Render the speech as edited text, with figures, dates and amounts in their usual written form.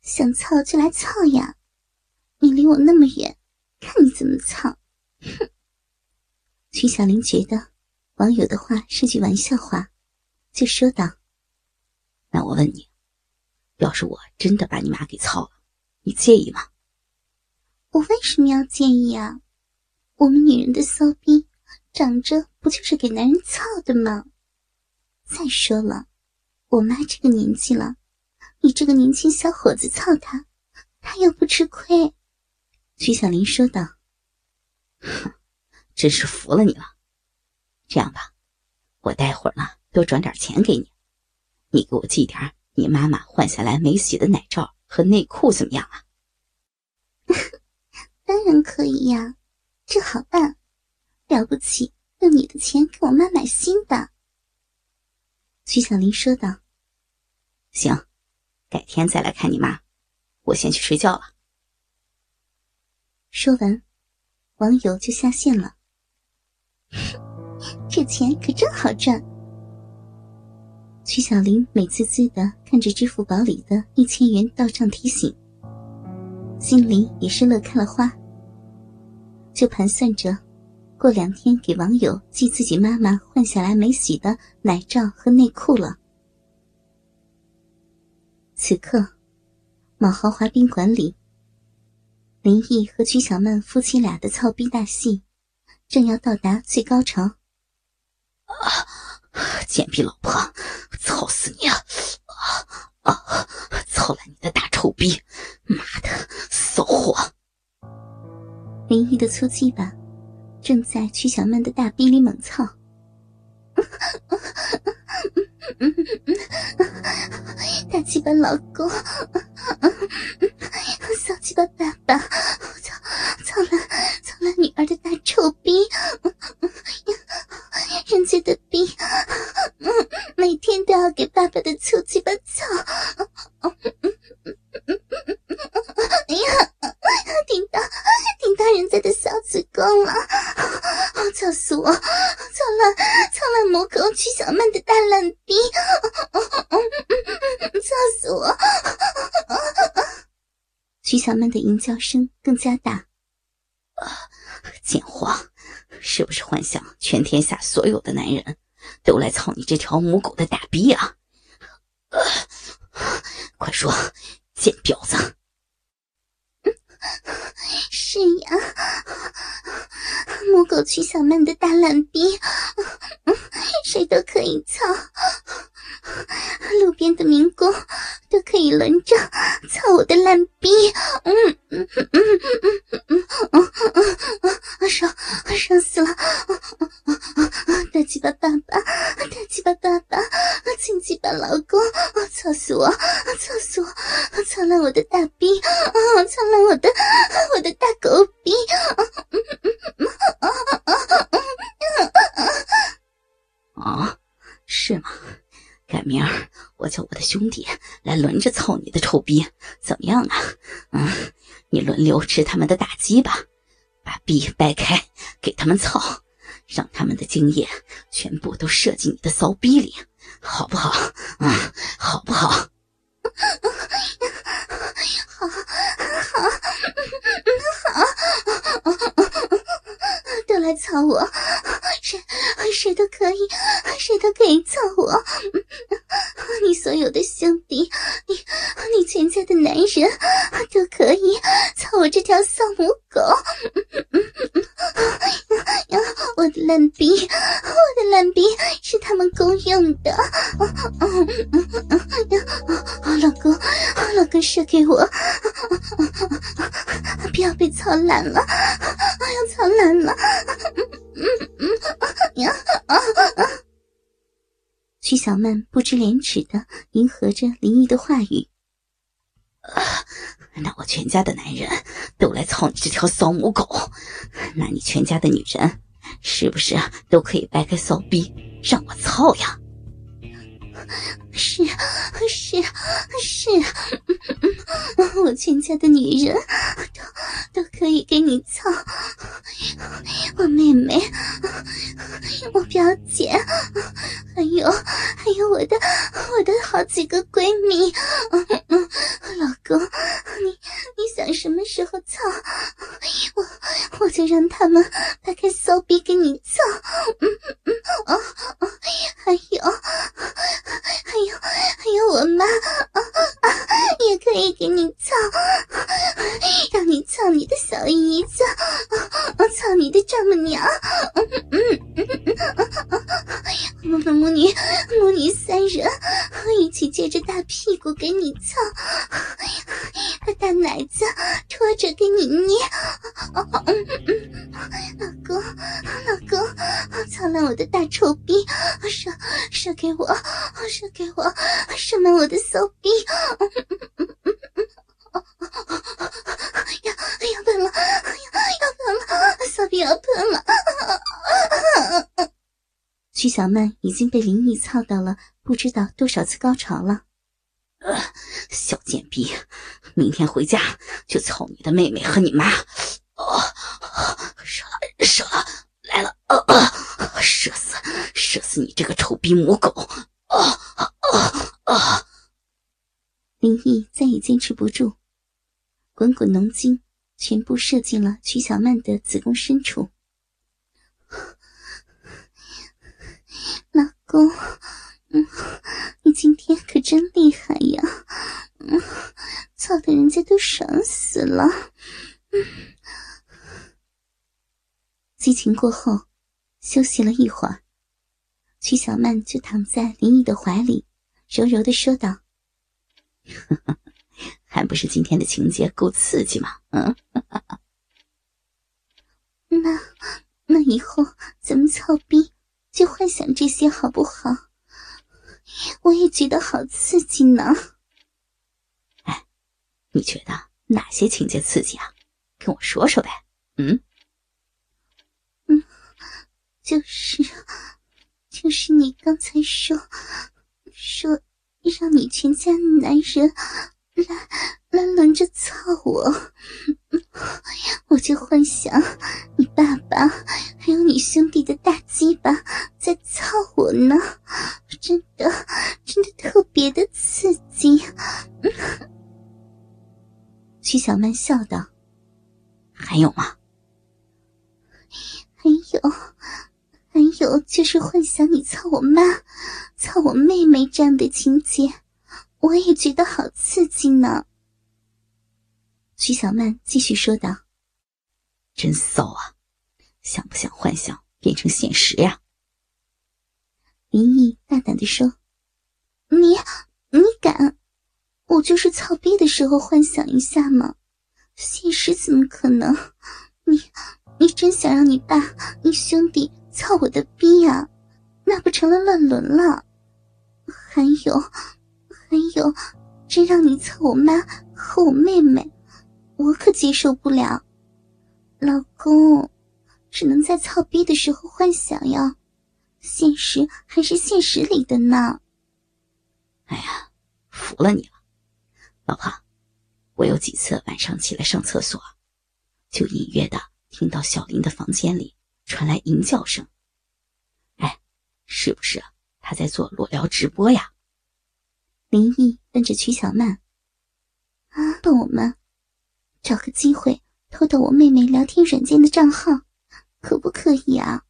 想操就来操呀，你离我那么远，看你怎么操。哼。曲小玲觉得网友的话是句玩笑话，就说道： 那我问你，要是我真的把你妈给操了，你介意吗？ 我为什么要介意啊？我们女人的骚逼长着不就是给男人操的吗？再说了，我妈这个年纪了，你这个年轻小伙子操她，她又不吃亏。曲小玲说道。 哼，真是服了你了。这样吧，我待会儿呢多转点钱给你，你给我寄点你妈妈换下来没洗的奶罩和内裤怎么样啊？ 当然可以呀，这好办，了不起，用你的钱给我妈买新的。曲小玲说道。 行，改天再来看你妈，我先去睡觉了。 说完，网友就下线了。这钱可真好赚。曲小玲美滋滋地看着支付宝里的1000元到账提醒，心里也是乐开了花，就盘算着过2天给网友寄自己妈妈换下来没洗的奶罩和内裤了。此刻，某豪华宾馆里，林毅和曲小曼夫妻俩的操逼大戏正要到达最高潮。 贱逼老婆，操死你啊！操了你的大臭逼，妈的骚货！ 林毅的粗鸡巴正在曲小曼的大逼里猛操。大鸡巴老公，骚鸡巴爸爸，操了女儿的大臭逼，人家的逼，每天都要给爸爸的粗鸡巴操。哎呀，顶到人家的小子宫了，操死我！操了母狗曲小曼的大烂逼，操死我！曲小曼的淫叫声更加大。 贱货，是不是幻想全天下所有的男人都来操你这条母狗的大逼啊？快说，贱婊子！ 是呀，母狗曲小曼的大烂逼，谁都可以操，路边的民工都可以轮着操我的烂逼。爽死了！大鸡巴爸爸，大鸡巴爸爸，亲鸡巴老公，操死我！操烂我的大逼，操烂我的大狗逼！ 啊，是吗？改明儿我叫我的兄弟来轮着操你的臭逼，怎么样啊？你轮流吃他们的大鸡巴，把逼掰开给他们操，让他们的精液全部都射进你的骚逼里，好不好？好不好？ 好，都来操我，谁都可以操我。你所有的兄弟，你全家的男人都可以操我这条骚母狗。我的烂逼是他们公用的。老公射给我，不要被操烂了，要操烂了。曲小曼不知廉耻地迎合着林毅的话语。 那我全家的男人都来操你这条骚母狗，那你全家的女人是不是都可以掰开骚逼让我操呀？ 是，我全家的女人都可以给你操，我妹妹，我表姐，还有我的好几个闺蜜， 意。老公，你想什么时候操？我就让他们打开骚逼给你操。还有我妈也可以给你操，让你操你的小姨子，操你的丈母娘。我们母女三人一起借着大屁股给你操，把大奶子拖着给你捏。老公，操烂我的大臭逼，射给我，射满我的骚逼。要喷了，骚逼要喷了。曲小曼已经被林毅操到了不知道多少次高潮了。 小贱逼，明天回家就操你的妹妹和你妈。射了，来了，射死你这个臭逼母狗。 林毅再也坚持不住，滚滚浓精全部射进了曲小曼的子宫深处。老公，你今天可真厉害呀，操得人家都爽死了。激情过后，休息了一会儿，曲小曼就躺在林毅的怀里，柔柔地说道： 还不是今天的情节够刺激吗？ 那以后咱们操逼就幻想这些好不好？我也觉得好刺激呢。 哎，你觉得哪些情节刺激啊？跟我说说呗。 就是你刚才说让你全家男人来轮着操我，我就幻想你爸爸还有你兄弟的大鸡巴在操我呢，真的特别的刺激。曲小曼笑道： 还有吗？ 还有就是幻想你操我妈操我妹妹这样的情节，我也觉得好刺激呢。曲小曼继续说道： 真骚啊，想不想幻想变成现实呀？ 林毅大胆地说：你敢？我就是操逼的时候幻想一下嘛，现实怎么可能？你真想让你爸你兄弟操我的逼啊，那不成了乱伦了？还有真让你操我妈和我妹妹，我可接受不了。老公，只能在操逼的时候幻想呀，现实还是现实里的呢。 哎呀，服了你了。老婆，我有几次晚上起来上厕所，就隐约的听到小林的房间里传来淫叫声。哎，是不是他在做裸聊直播呀？ 林毅问着曲小曼：帮我们找个机会偷到我妹妹聊天软件的账号，可不可以啊？